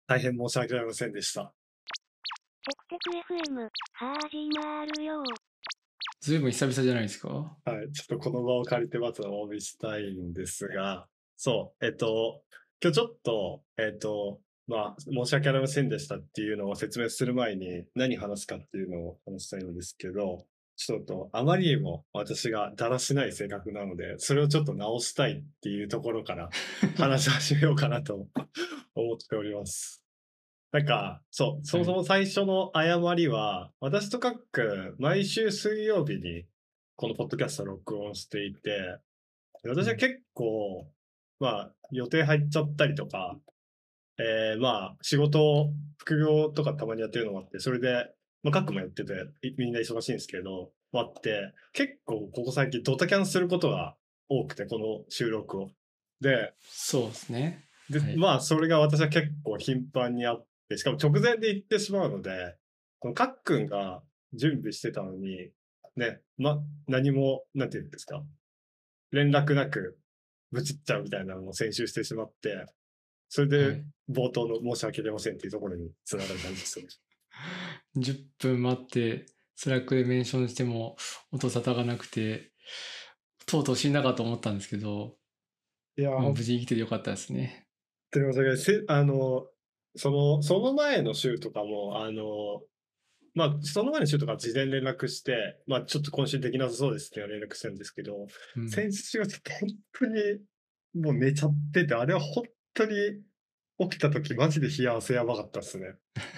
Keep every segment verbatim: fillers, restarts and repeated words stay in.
大変申し訳ありませんでした。 テクテク エフエム 始まるよ。 ずいぶん久々じゃないですか。 はい、ちょっとこの場を借りてまずお詫びしたいんですが、そう、えっと、今日ちょっと、えっと、まあ、申し訳ありませんでしたっていうのを説明する前に何話すかっていうのを話したいんですけど、ちょっとあまりにも私がだらしない性格なので、それをちょっと直したいっていうところから話し始めようかなと思っております。なんか、そう、そもそも最初の誤りは、私とカック、毎週水曜日にこのポッドキャストを録音していて、私は結構、まあ、予定入っちゃったりとか、えー、まあ、仕事、副業とかたまにやってるのもあって、それで、まあ、カックもやってて、いみんな忙しいんですけど、もあって、結構ここ最近ドタキャンすることが多くて、この収録を。で、 そうですね。 で、 はいまあ、それが私は結構頻繁にあって、しかも直前で行ってしまうので、このカックンが準備してたのに、ね、ま、何も、なんていうんですか、連絡なく、ぶちっちゃうみたいなのを先週してしまって、それではい冒頭の申し訳ありませんっていうところにつながる感じですよね。 じゅっぷん待って、スラックでメンションしても音沙汰がなくて、とうとう死んだかと思ったんですけど、 いやー、 まあ、 本無事生きててよかったですね。 当に申し訳ない。せあの、その、その前の週とかも、あの、まあ、その前の週とか事前連絡して、まあ、ちょっと今週できなさそうですって連絡してるんですけど、 うん、 先週はちょっと本当にもう寝ちゃってて、あれは本当に起きた時マジで冷や汗やばかったっすね。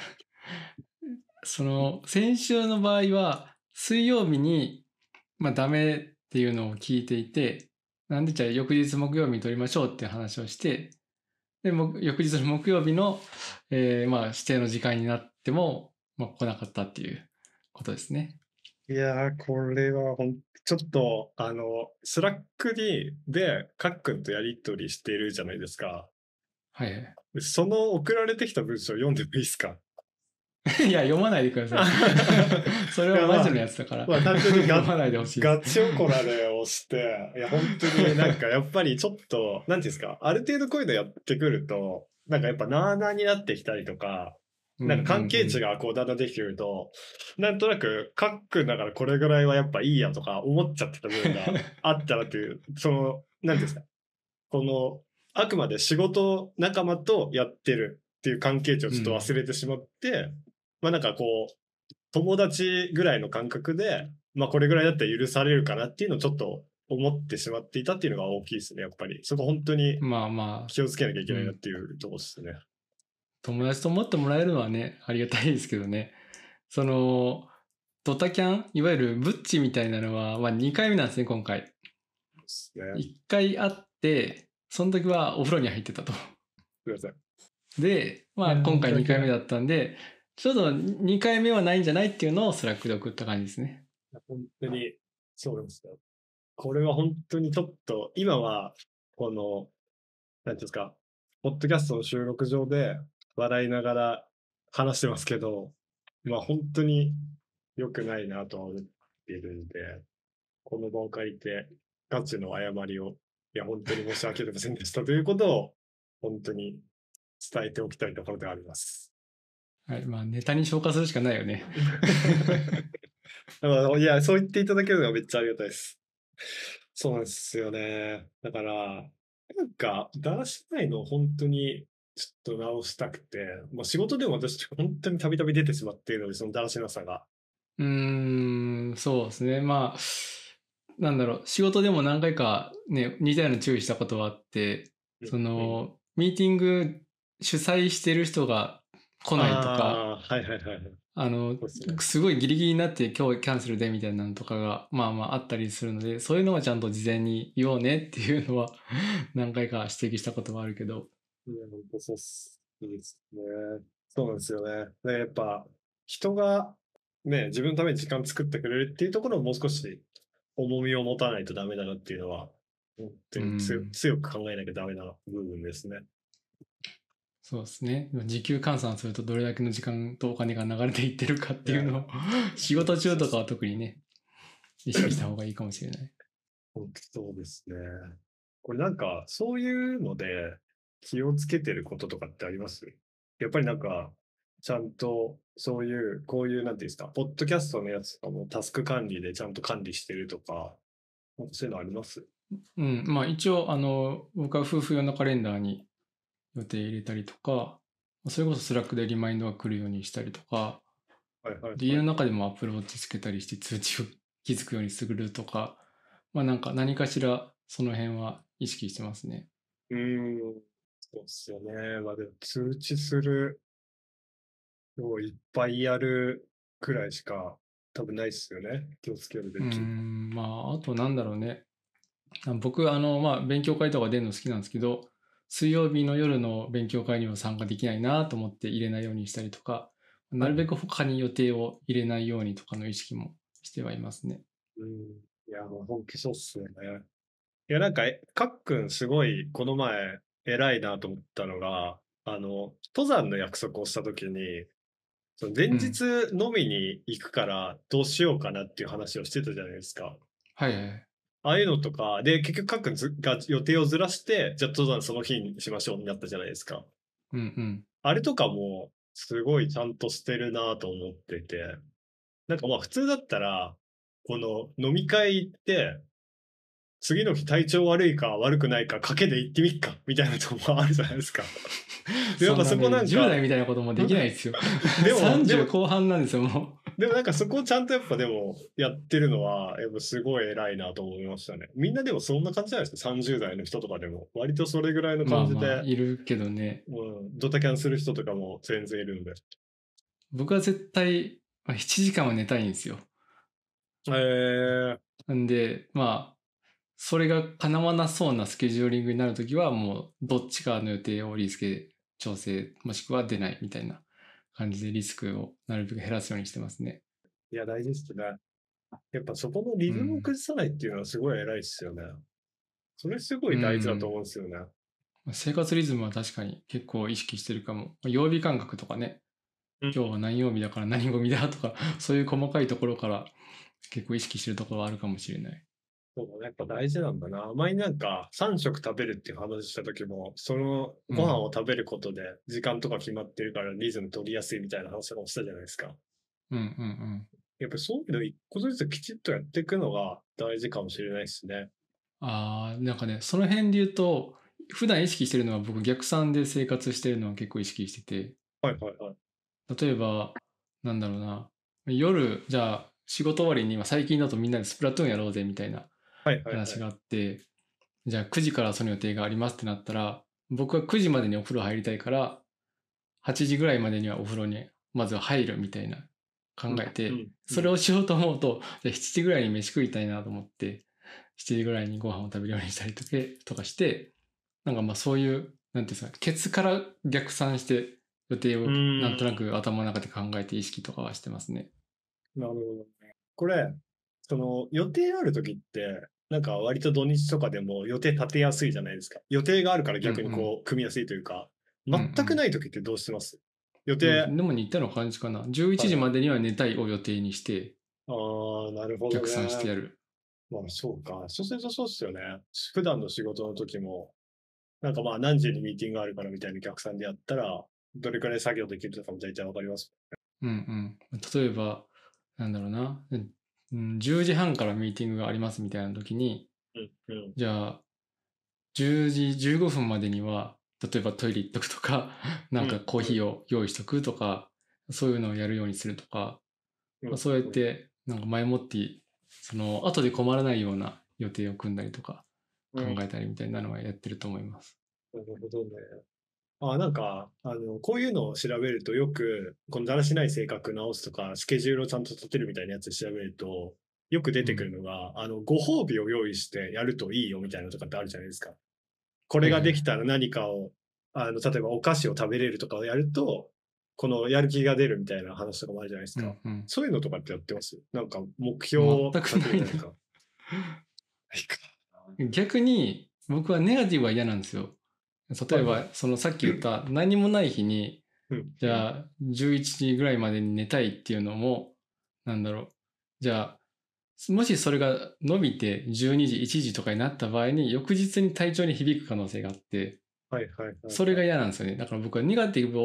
その先週の場合は水曜日に、まあ、ダメっていうのを聞いていて、なんでじゃあ翌日木曜日に撮りましょうっていう話をして、でも翌日の木曜日の、えーまあ指定の時間になっても、まあ、来なかったっていうことですね。 いやー、これはほん、ちょっと、あの、スラックに、で、かっくんとやりとりしてるじゃないですか。 はいはい。 でその送られてきた文章読んでもいいですか？ いや、読まないでください。それはマジのやつだから。 まあ、単純にガ読まないでほしいです。 ガチ怒られをして、いや、本当になんかやっぱりちょっと、なんていうんですか、ある程度こういうのやってくると、なんかやっぱなーなーになってきたりとか、なんか関係値がこうだんだんできてくると、なんとなく、カックンだからこれぐらいはやっぱいいやとか思っちゃってた部分があったなっていう、その、なんていうんですか、この、あくまで仕事仲間とやってるっていう関係値をちょっと忘れてしまって、まあなんかこう、友達ぐらいの感覚で、まあこれぐらいだったら許されるかなっていうのをちょっと思ってしまっていたっていうのが大きいですね、やっぱり。そこ本当にまあまあ、 気をつけなきゃいけないなっていうところですね。 友達と思ってもらえるのはね、ありがたいですけどね。その、ドタキャン、いわゆるブッチみたいなのは、まあにかいめなんですね、今回。 ですね。 いっかい会って、その時はお風呂に入ってたと。 すみません。 で、まあ今回にかいめだったんで、ちょっとにかいめはないんじゃないっていうのをスラックで送った感じですね。 本当に、そうですよ。これは本当にちょっと、今は、この、なんていうんですか、ポッドキャストの収録上で笑いながら話してますけど、まあ本当に良くないなとは思っているんで、この場を借りて、ガチの誤りを、いや、本当に申し訳ありませんでしたということを、本当に伝えておきたいところであります。 はい、まあネタに消化するしかないよね。 だからいや、そう言っていただけるのがめっちゃありがたいです。そうなんですよね。だから、なんか、だらしないのを本当にちょっと直したくて、まあ、仕事でも私、本当にたびたび出てしまっているので、そのだらしなさが。 うーん、そうですね。まあ、なんだろう、仕事でも何回かね、似たような注意したことはあって、その、ミーティング主催してる人が来ないとか、 ああ、はいはいはい。 あの、 そうですね。 すごいギリギリになって今日キャンセルでみたいなのとかが、まあまああったりするので、そういうのはちゃんと事前に言おうねっていうのは何回か指摘したことはあるけど。 いや、本当そうっす。いいですね。そうなんですよね。で、やっぱ、人がね、自分のために時間作ってくれるっていうところをもう少し重みを持たないとダメだなっていうのは、本当に強うん強く考えなきゃダメな部分ですね。 そうですね。時給換算するとどれだけの時間とお金が流れていってるかっていうのを仕事中とかは特にね、意識した方がいいかもしれない。 本当そうですね。これなんか、そういうので気をつけてることとかってあります？ やっぱりなんか、ちゃんとそういう、こういう、なんていうんですか、ポッドキャストのやつとかもタスク管理でちゃんと管理してるとか、なんかそういうのあります？ うん、まあ一応、あの、僕は夫婦用のカレンダーに予定入れたりとか、それこそスラックでリマインドが来るようにしたりとか、 はいはいで家はい。 の中でもアップルウォッチつけたりして通知を気づくようにするとか、まあなんか何かしらその辺は意識してますね。 うーん、そうっすよね。まあでも通知するのをいっぱいやるくらいしか多分ないっすよね。気をつけるうーべき。 ん、まああとなんだろうね。あ僕、あの、まあ勉強会とか出るの好きなんですけど、水曜日の夜の勉強会には参加できないなと思って入れないようにしたりとか、なはい。 るべく他に予定を入れないようにとかの意識もしてはいますね。 うん。いや、もう本気そうっすよね。いや、なんか、えかっくんすごいこの前偉いなと思ったのが、あの、登山の約束をした時に、その前うん。 日飲みに行くからどうしようかなっていう話をしてたじゃないですか。 はいはい。 ああいうのとか、で、結局かっくんずが予定をずらして、じゃあ登山その日にしましょうになったじゃないですか。 うんうん。 あれとかも、すごいちゃんとしてるなと思ってて、なんかまあ普通だったら、この飲み会行って、次の日体調悪いか悪くないか賭けで行ってみっか、みたいなとこもあるじゃないですか。で、やっぱそこそんなね、じゅう代なんか、 みたいなこともできないですよ。 でも、でさんじゅうも、 後半なんですよ、もでもなんかそこをちゃんとやっぱでもやってるのは、やっぱすごい偉いなと思いましたね。みんなでもそんな感じじゃないですか。さんじゅう代の人とかでも。割とそれぐらいのう。まあまあ、 感じで、 いるけどね。 うん、ドタキャンする人とかも全然いるんで。 僕は絶対、まあ、ななじかんは寝たいんですよ。 えー、 なんで、まあ、それが叶わなそうなスケジューリングになるときは、もう、どっちかの予定をリスケ調整、もしくは出ないみたいな感じでリスクをなるべく減らすようにしてますね。 いや、大事ですね。やっぱそこのリズムをうん。 崩さないっていうのはすごい偉いですよね。それすごうい大事だとん。 思うんですよね。 生活リズムは確かに結構意識してるかも。曜日感覚とかね、 うん。 今日は何曜日だから何ゴミだとか、そういう細かいところから結構意識してるところはあるかもしれない。 そうだね。やっぱ大事なんだな。前になんかさん食食べるっていう話した時も、そのご飯うん。 を食べることで時間とか決まってるからリズム取りやすいみたいな話とかもしたじゃないですか。 うんうんうん。 やっぱそういうの一個ずつきちっとやっていくのが大事かもしれないですね。 ああ、なんかね、その辺で言うと、普段意識してるのは僕逆算で生活してるのは結構意識してて、 はいはいはい。 例えば、なんだろうな、夜、じゃあ仕事終わりに、まあ最近だとみんなでスプラトゥーンやろうぜみたいなはいはいはい。 話があって、じゃあくじからその予定がありますってなったら、僕はくじまでにお風呂入りたいから、はちじぐらいまでにはお風呂にまずは入るみたいな考うんえて、 うんうん。 それをしようと思うと、じゃあしちじぐらいに飯食いたいなと思って、しちじぐらいにご飯を食べるようにしたりとかとかして、なんかまあそういう、なんていうんですか、ケツから逆算して予定うをなんとなーん。 く頭の中で考えて意識とかはしてますね。 なるほどね。これ、その予定ある時って、なんか割と土日とかでも予定立てやすいじゃないですか。予定があるから逆にうんうん。 こう組みやすいというか、 うん全くない時ってどうしてます？予うん。うん、 定、 でも似たような感じかな。じゅういちじまはいはい。 でには寝たいを予定にしてああ、なるほど逆算してね。 やる。 まあそうか。そうするとそうっすよね。普段の仕事の時も、なんかまあ何時にミーティングがあるからみたいに逆算でやったら、どれくらい作業できるとかも大体わかります。 うんうん。例えば、なんだろうな。うん、じゅうじはんからミーティングがありますみたいな時に、 うんうん。 じゃあ、じゅうじじゅうごふんまでには、例えばトイレ行っとくとか、なうんんかコーうんヒーを用意しとくとか、そういうのをやるようにするとか、 うんまあ、そうやっうん。 て、なんか前もって、その、後で困らないような予定を組んだりとか、 うん。 考えたりみたいなのはやってると思います。 なるほどね。あ、なんか、あの、こういうのを調べるとよく、このだらしない性格直すとか、スケジュールをちゃんと立てるみたいなやつ調べると、よく出てくうん。 るのが、あの、ご褒美を用意してやるといいよみたいなのとかってあるじゃないですか。これはいはいはい。 ができたら何かを、あの、例えばお菓子を食べれるとかをやると、このやる気が出るみたいな話とかもあるじゃないですか。 うんうん。 そういうのとかってやってます？なんか目標を全くないな。 立てるとか。ないか。 逆に、僕はネガティブは嫌なんですよ。例えば、 はいはい。 そのさっき言った何もない日に、 うん、うん。 じゃあじゅういちじぐらいまでに寝たいっていうのも、なんだろう。じゃあ、もしそれが伸びてじゅうにじ、いちじとかになった場合に、翌日に体調に響く可能性があって、 はいはいはいそれがはい。 嫌なんですよね。だから僕はネガティブを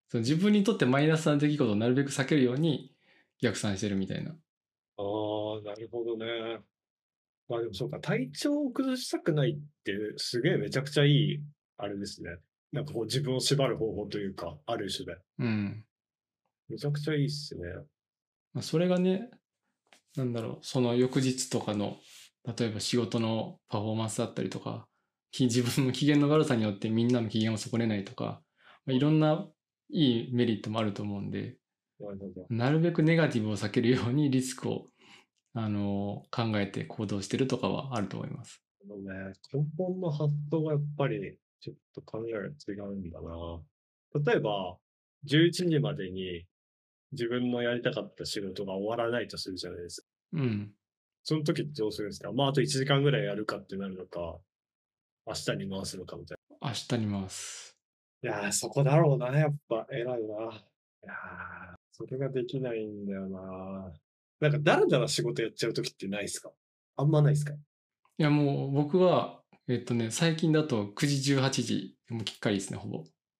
その自分にとってマイナスな出来事をなるべく避けるように逆算してるみたいな。 ああ、なるほどね。まあでもそうか、体調を崩したくないってすげえめちゃくちゃいい、あれですね。なんかこう自分を縛る方法というか、ある種で。 うん。 めちゃくちゃいいっすね。 まあ、それがね、なんだろう、その翌日とかの、例えば仕事のパフォーマンスだったりとか、き自分の機嫌の悪さによってみんなの機嫌を損ねないとか、まあ、いろんないいメリットもあると思うんで、 なるほど。 なるべくネガティブを避けるようにリスクを、あの考えて行動してるとかはあると思います。 あのね、根本の発想がやっぱりちょっと考えが違うんだな。例えば、じゅういちじまでに自分のやりたかった仕事が終わらないとするじゃないですか。 うん。 その時ってどうするんですか？まあ、あといちじかんぐらいやるかってなるのか、明日に回すのかみたい明日に回す。 な。いやー、そこだろうな、やっぱ。偉いな。いやー、それができないんだよな。なんか、だらだら仕事やっちゃう時ってないですか？あんまないですか？ いやもう僕は、えっとね、最近だとくじじゅうはちじ、もうきっかりですね、ほぼ。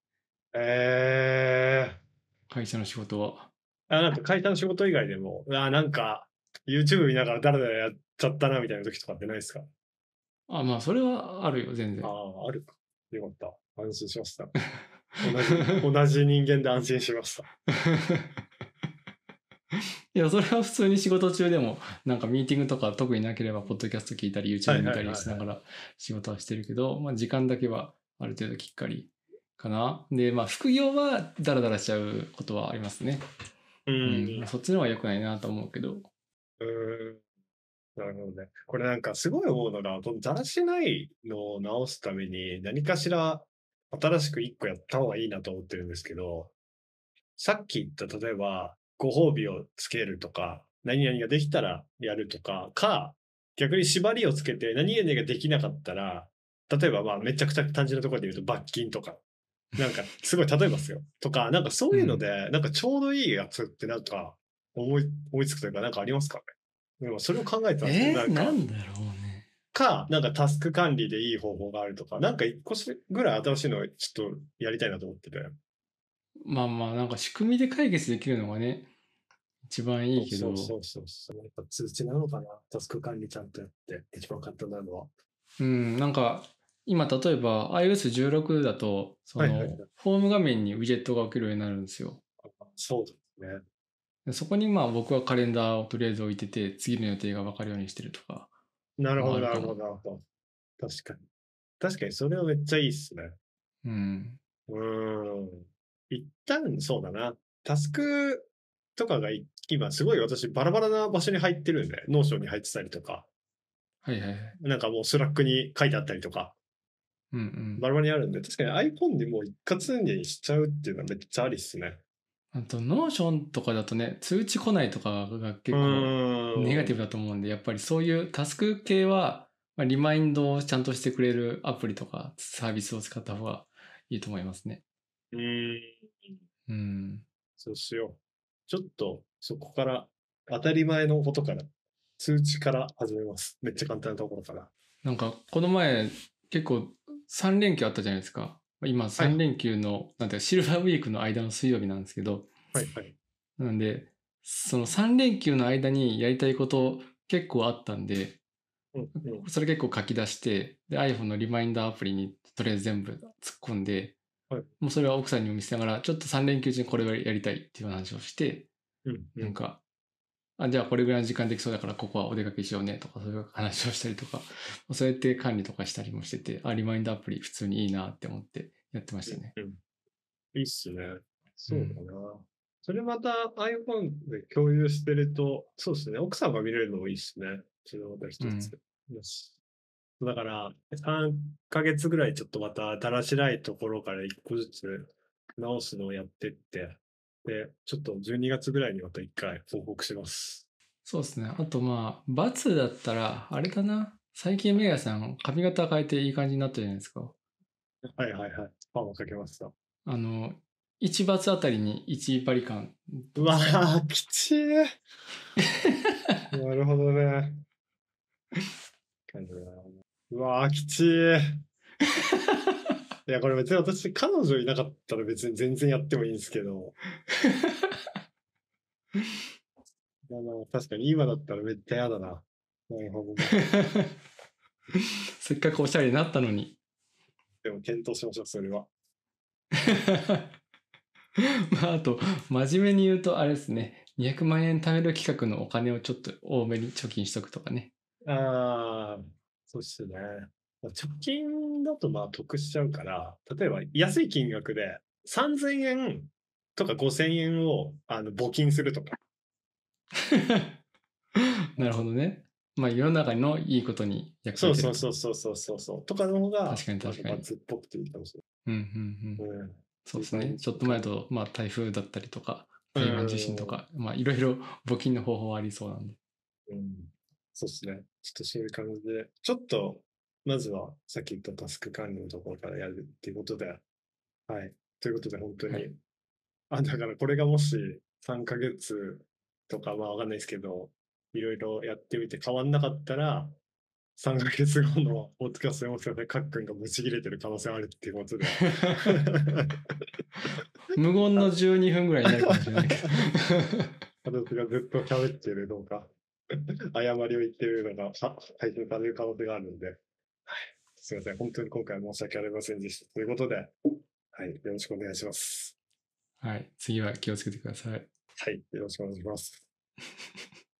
えー。 会社の仕事は。 あ、なんか会社の仕事以外でも、うわ、なんか、YouTube 見ながらだらだらやっちゃったなみたいな時とかってないですか？ あ、まあそれはあるよ、全然。 ああ、あるか。よかった。安心しました。同じ、同じ人間で安心しました。 いや、それは普通に仕事中でも、なんかミーティングとか特になければ、ポッドキャスト聞いたり、 は YouTube い見たはいはいはい。 りしながら仕事はしてるけど、まあ時間だけはある程度きっかりかな。で、まあ副業はダラダラしちゃうことはありますね。 ううん。 ーん。 まあそっちの方が良くないなと思うけど。 うーん。なるほどね。これなんかすごい思うのが、このだらしないのを直すために何かしら新しく一個やった方がいいなと思ってるんですけど、さっき言った例えば、ご褒美をつけるとか、何々ができたらやるとか、か、逆に縛りをつけて何々ができなかったら、例えばまあめちゃくちゃ単純なところで言うと罰金とか、なんかすごい例えばですよ。とか、なんかそういうので、なんかちょうどいいやつってなんか思い、思いつくというかなんかありますかね？でもそれを考えてたんですけど、 えー、ななんか、 んだろうね。 か、なんかタスク管理でいい方法があるとか、なんか一個ぐらい新しいのをちょっとやりたいなと思ってて。 まあまあ、なんか仕組みで解決できるのがね、一番いいけど、 そうそうそうそう。やっぱ通知なのかな。タスク管理ちゃんとやって、一番簡単なのは。 うん、なんか、今例えば アイオーエスじゅうろく だと、そはいはいはい。 の、ホーム画面にウィジェットが置けるようになるんですよ。 そうですね。 でそこにまあ僕はカレンダーをとりあえず置いてて、次の予定が分かるようにしてるとかはなるほど、 あるかも。 なるほど、なるほど。確かに。確かに、それはめっちゃいいっすね。 うん。 うーん。一旦、そうだな。タスクとかがい今すごい私バラバラな場所に入ってるんで、ノーションに入ってたりとか、 はいはいはい。 なんかもうスラックに書いてあったりとか、 うんうん。 バラバラにあるんで、確かに iPhone でもう一括にしちゃうっていうのはめっちゃありっすね。 あと、ノーションとかだとね、通知来ないとかがう結構ネガティーん。 ブだと思うんで、やっぱりそういうタスク系は、まあ、リマインドをちゃんとしてくれるアプリとかサービスを使った方がいいと思いますね。 うーん。 うん。 そうしよう。ちょっと、そこから、当たり前のことから、通知から始めます。めっちゃ簡単なところから。 なんか、この前、結構さん連休あったじゃないですか。今はい、 さん連休の、なんていうか、シルバーウィークの間の水曜日なんですけど、 はい、はい。 なんで、そのさん連休の間にやりたいこと結構あったんで、 うん、うん。 それ結構書き出して、で、iPhone のリマインダーアプリにとりあえず全部突っ込んで、 はい。 もうそれは奥さんにも見せながら、ちょっとさん連休中にこれをやりたいっていう話をして、 うん、うん。 なんか、あ、じゃあこれぐらいの時間できそうだからここはお出かけしようねとかそういう話をしたりとか、そうやって管理とかしたりもしてて、あ、リマインダーアプリ普通にいいなって思ってやってましたね。 うん、うん。いいっすね。 うん。 そうだな。それまた iPhone で共有してると、そうですね。奥さんが見れるのもいいっすね。それまた一つ。 うん。 よし。だから、さんかげつぐらいちょっとまただらしないところから一個ずつ直すのをやってって、で、ちょっとじゅうにがつぐらいにまた一回報告します。 そうですね。あとまあ、バツだったら、あれかな。最近メガさん髪型変えていい感じになったじゃないですか。 はいはいはい。パンをかけました。 あの、いちバツあたりにいちバリカンうわとか。 ー、きちい。なるほどね。感じだなうわー、きちい。 いや、これ別に私、彼女いなかったら別に全然やってもいいんですけど、まあまあ確かに今だったらめっちゃ嫌だな。なるほどね。 せっかくおしゃれになったのに。 でも検討しましょう、それは。 まあ、あと、真面目に言うと、あれですね。にひゃくまんえん貯める企画のお金をちょっと多めに貯金しとくとかね。 ああ、そうっすね。まあ貯金だとまあ得しちゃうから、例えば安い金額でさんぜんえんとかごせんえんをあの募金するとか。 なるほどね。まあ、世の中のいいことに役そう立てると。 そうそうそうそうそうそう。とかの方が、 確かに確かになん罰っぽくていいかもしうんうんうん。 れない。うん。 そうですね。ちょっと前だと、まあ、台風だったりとか、台湾地震とうんか、まあ、いろいろ募金の方法はありそうなんで。 うん。そうですね。ちょっとそういう感じで、ちょっと、まずはさっき言ったタスク管理のところからやるっていうことで、はい。ということで、本当に、 はいあ、だからこれがもしさんかげつとか、まあわかんないですけど、いろいろやってみて変わんなかったら、さんかげつごのポッドキャストの音でかっくんがブチ切れてる可能性あるっていうことで。 無言のじゅうにふんぐらいになるかもしれないけど。 私がずっと喋っているのか、誤りを言っているのがは配信される可能性があるので、はい、すみません。本当に今回は申し訳ありませんでした。ということで、はい、よろしくお願いします。 はい。次は気をつけてください。 はい、よろしくお願いします。